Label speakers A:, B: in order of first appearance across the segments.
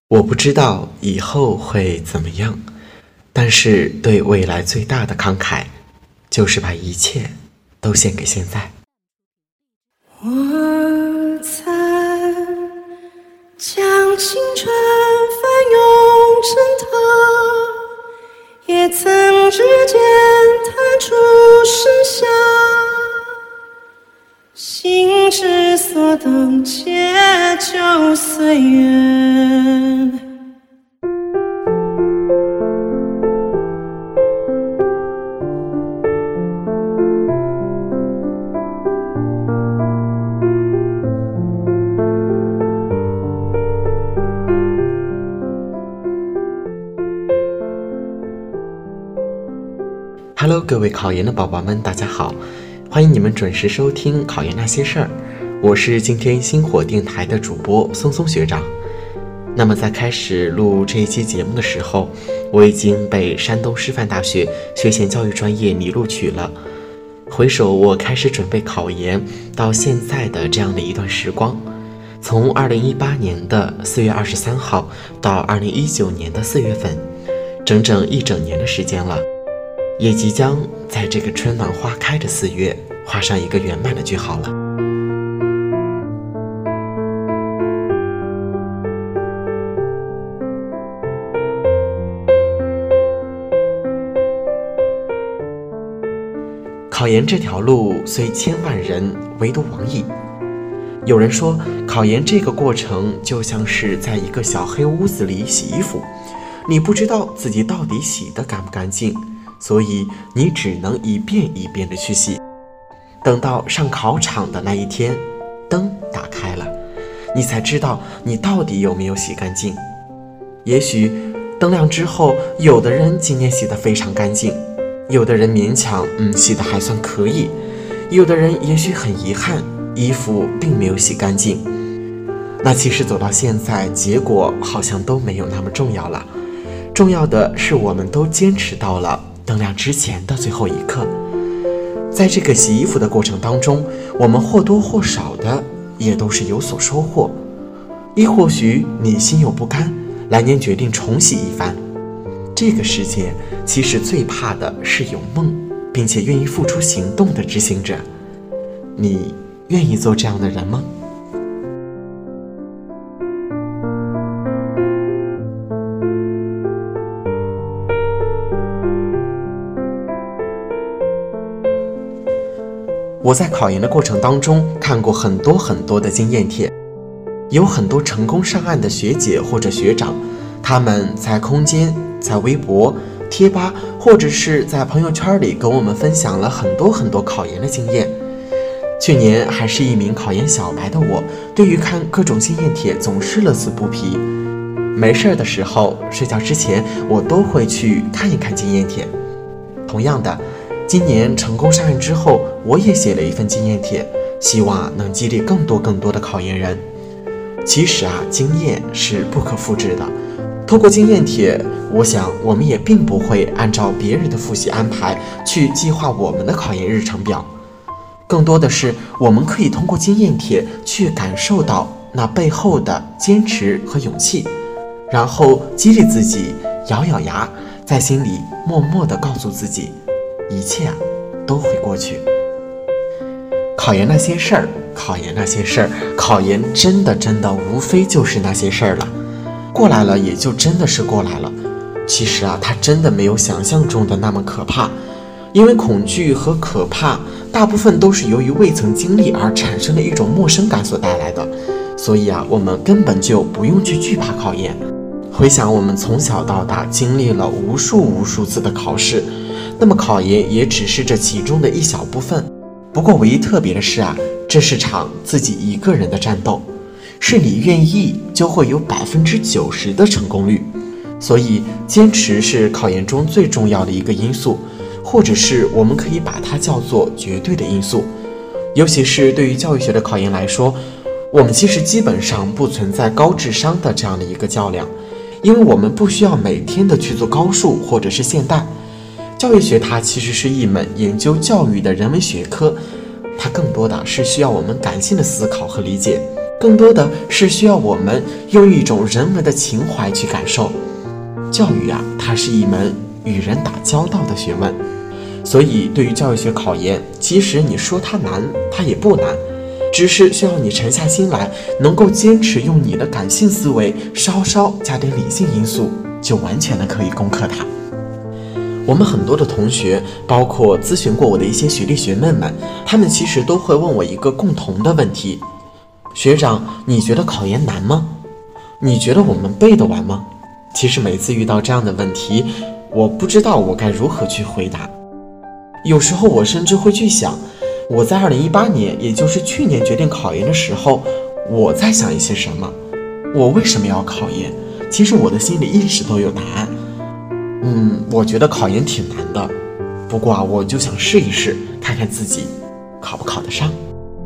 A: 我不知道以后会怎么样，但是对未来最大的慷慨，就是把一切都献给现在。
B: 我曾将青春翻涌成河，也曾指尖弹出盛夏，心之所动，且就随缘。
A: Hello， 各位考研的宝宝们，大家好，欢迎你们准时收听考研那些事儿，我是今天星火电台的主播松松学长。那么在开始录这一期节目的时候，我已经被山东师范大学学前教育专业拟录取了。回首我开始准备考研到现在的这样的一段时光，从2018年的4月23号到2019年的4月份，整整一整年的时间了，也即将在这个春暖花开的4月画上一个圆满的句号了。考研这条路虽千万人，唯独往矣。有人说，考研这个过程就像是在一个小黑屋子里洗衣服，你不知道自己到底洗得干不干净，所以你只能一遍一遍的去洗。等到上考场的那一天，灯打开了，你才知道你到底有没有洗干净。也许灯亮之后，有的人今年洗得非常干净，有的人勉强洗得还算可以，有的人也许很遗憾，衣服并没有洗干净。那其实走到现在，结果好像都没有那么重要了，重要的是我们都坚持到了灯亮之前的最后一刻。在这个洗衣服的过程当中，我们或多或少的也都是有所收获，亦或许你心有不甘，来年决定重洗一番。这个世界其实最怕的是有梦并且愿意付出行动的执行者。你愿意做这样的人吗？我在考研的过程当中看过很多的经验帖，有很多成功上岸的学姐或者学长，他们在空间、在微博、贴吧或者是在朋友圈里跟我们分享了很多考研的经验。去年还是一名考研小白的我，对于看各种经验帖总是乐此不疲。没事的时候，睡觉之前我都会去看一看经验帖。同样的，今年成功上岸之后，我也写了一份经验帖，希望能激励更多的考研人。其实经验是不可复制的，通过经验帖，我想我们也并不会按照别人的复习安排去计划我们的考研日程表，更多的是我们可以通过经验帖去感受到那背后的坚持和勇气，然后激励自己，咬咬牙，在心里默默地告诉自己，一切都会过去。考研那些事儿，考研那些事儿，考研真的无非就是那些事儿了。过来了也就真的是过来了。其实它真的没有想象中的那么可怕，因为恐惧和可怕大部分都是由于未曾经历而产生的一种陌生感所带来的，所以我们根本就不用去惧怕考研。回想我们从小到大经历了无数次的考试，那么考研也只是这其中的一小部分。不过唯一特别的是这是场自己一个人的战斗，是你愿意就会有90%的成功率。所以坚持是考研中最重要的一个因素，或者是我们可以把它叫做绝对的因素。尤其是对于教育学的考研来说，我们其实基本上不存在高智商的这样的一个较量，因为我们不需要每天的去做高数或者是现代。教育学它其实是一门研究教育的人文学科，它更多的是需要我们感性的思考和理解， 更多的是需要我们用一种人文的情怀去感受。教育啊，它是一门与人打交道的学问，所以对于教育学考研，其实你说它难，它也不难，只是需要你沉下心来，能够坚持用你的感性思维，稍稍加点理性因素，就完全的可以攻克它。我们很多的同学，包括咨询过我的一些学弟学妹们，他们其实都会问我一个共同的问题：学长，你觉得考研难吗？你觉得我们背得完吗？其实每次遇到这样的问题，我不知道我该如何去回答。有时候我甚至会去想，我在2018年，也就是去年决定考研的时候，我在想一些什么？我为什么要考研？其实我的心里一直都有答案。我觉得考研挺难的，不过我就想试一试，看看自己考不考得上。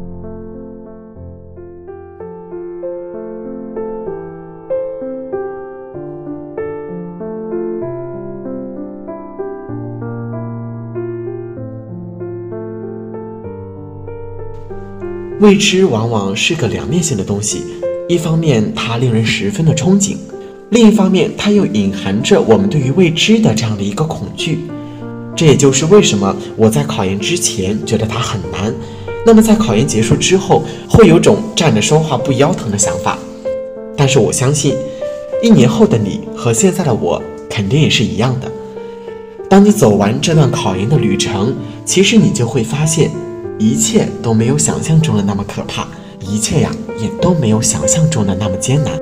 A: 未知往往是个两面性的东西，一方面它令人十分的憧憬，另一方面它又隐含着我们对于未知的这样的一个恐惧。这也就是为什么我在考研之前觉得它很难，那么在考研结束之后会有种站着说话不腰疼的想法。但是我相信1年后的你和现在的我肯定也是一样的。当你走完这段考研的旅程，其实你就会发现一切都没有想象中的那么可怕，一切呀也都没有想象中的那么艰难。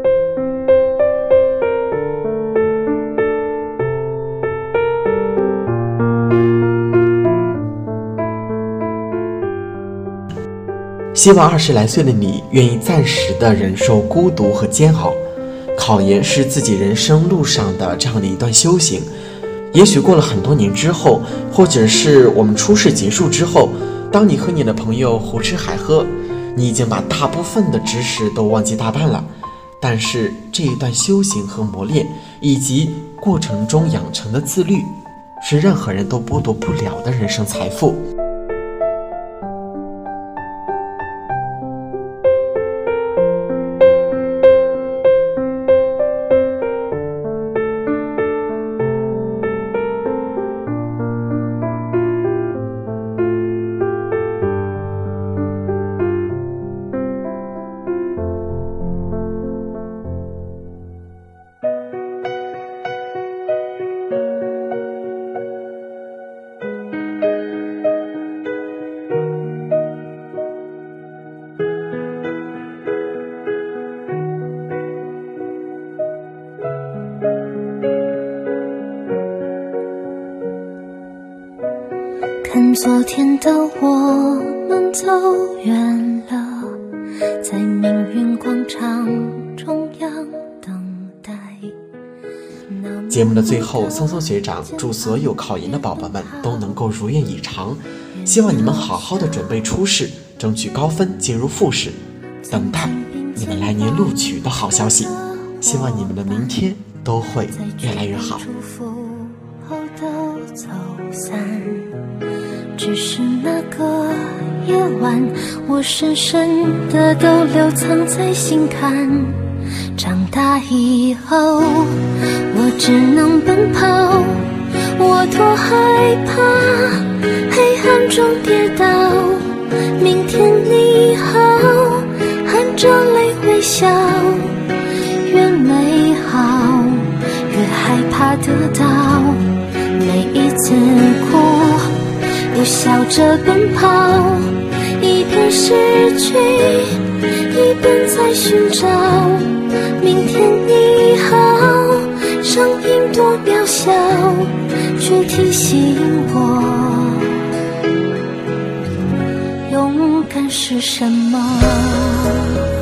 A: 希望20来岁的你愿意暂时的忍受孤独和煎熬。考研是自己人生路上的这样的一段修行，也许过了很多年之后，或者是我们初试结束之后，当你和你的朋友胡吃海喝，你已经把大部分的知识都忘记大半了，但是这一段修行和磨练，以及过程中养成的自律，是任何人都剥夺不了的人生财富。
B: 看昨天的我们走远了，在命运广场中央等待。
A: 节目的最后，松松学长祝所有考研的宝宝们都能够如愿以偿，希望你们好好的准备初试，争取高分进入复试，等待你们来年录取的好消息。希望你们的明天都会越来越好。
B: 只是那个夜晚，我深深的都留藏在心坎。长大以后，我只能奔跑，我多害怕黑暗中跌倒。明天你好，含着泪微笑，越美好越害怕得到。每一次哭又笑着奔跑，一边失去一边在寻找。明天你好，声音多渺小，却提醒我勇敢是什么。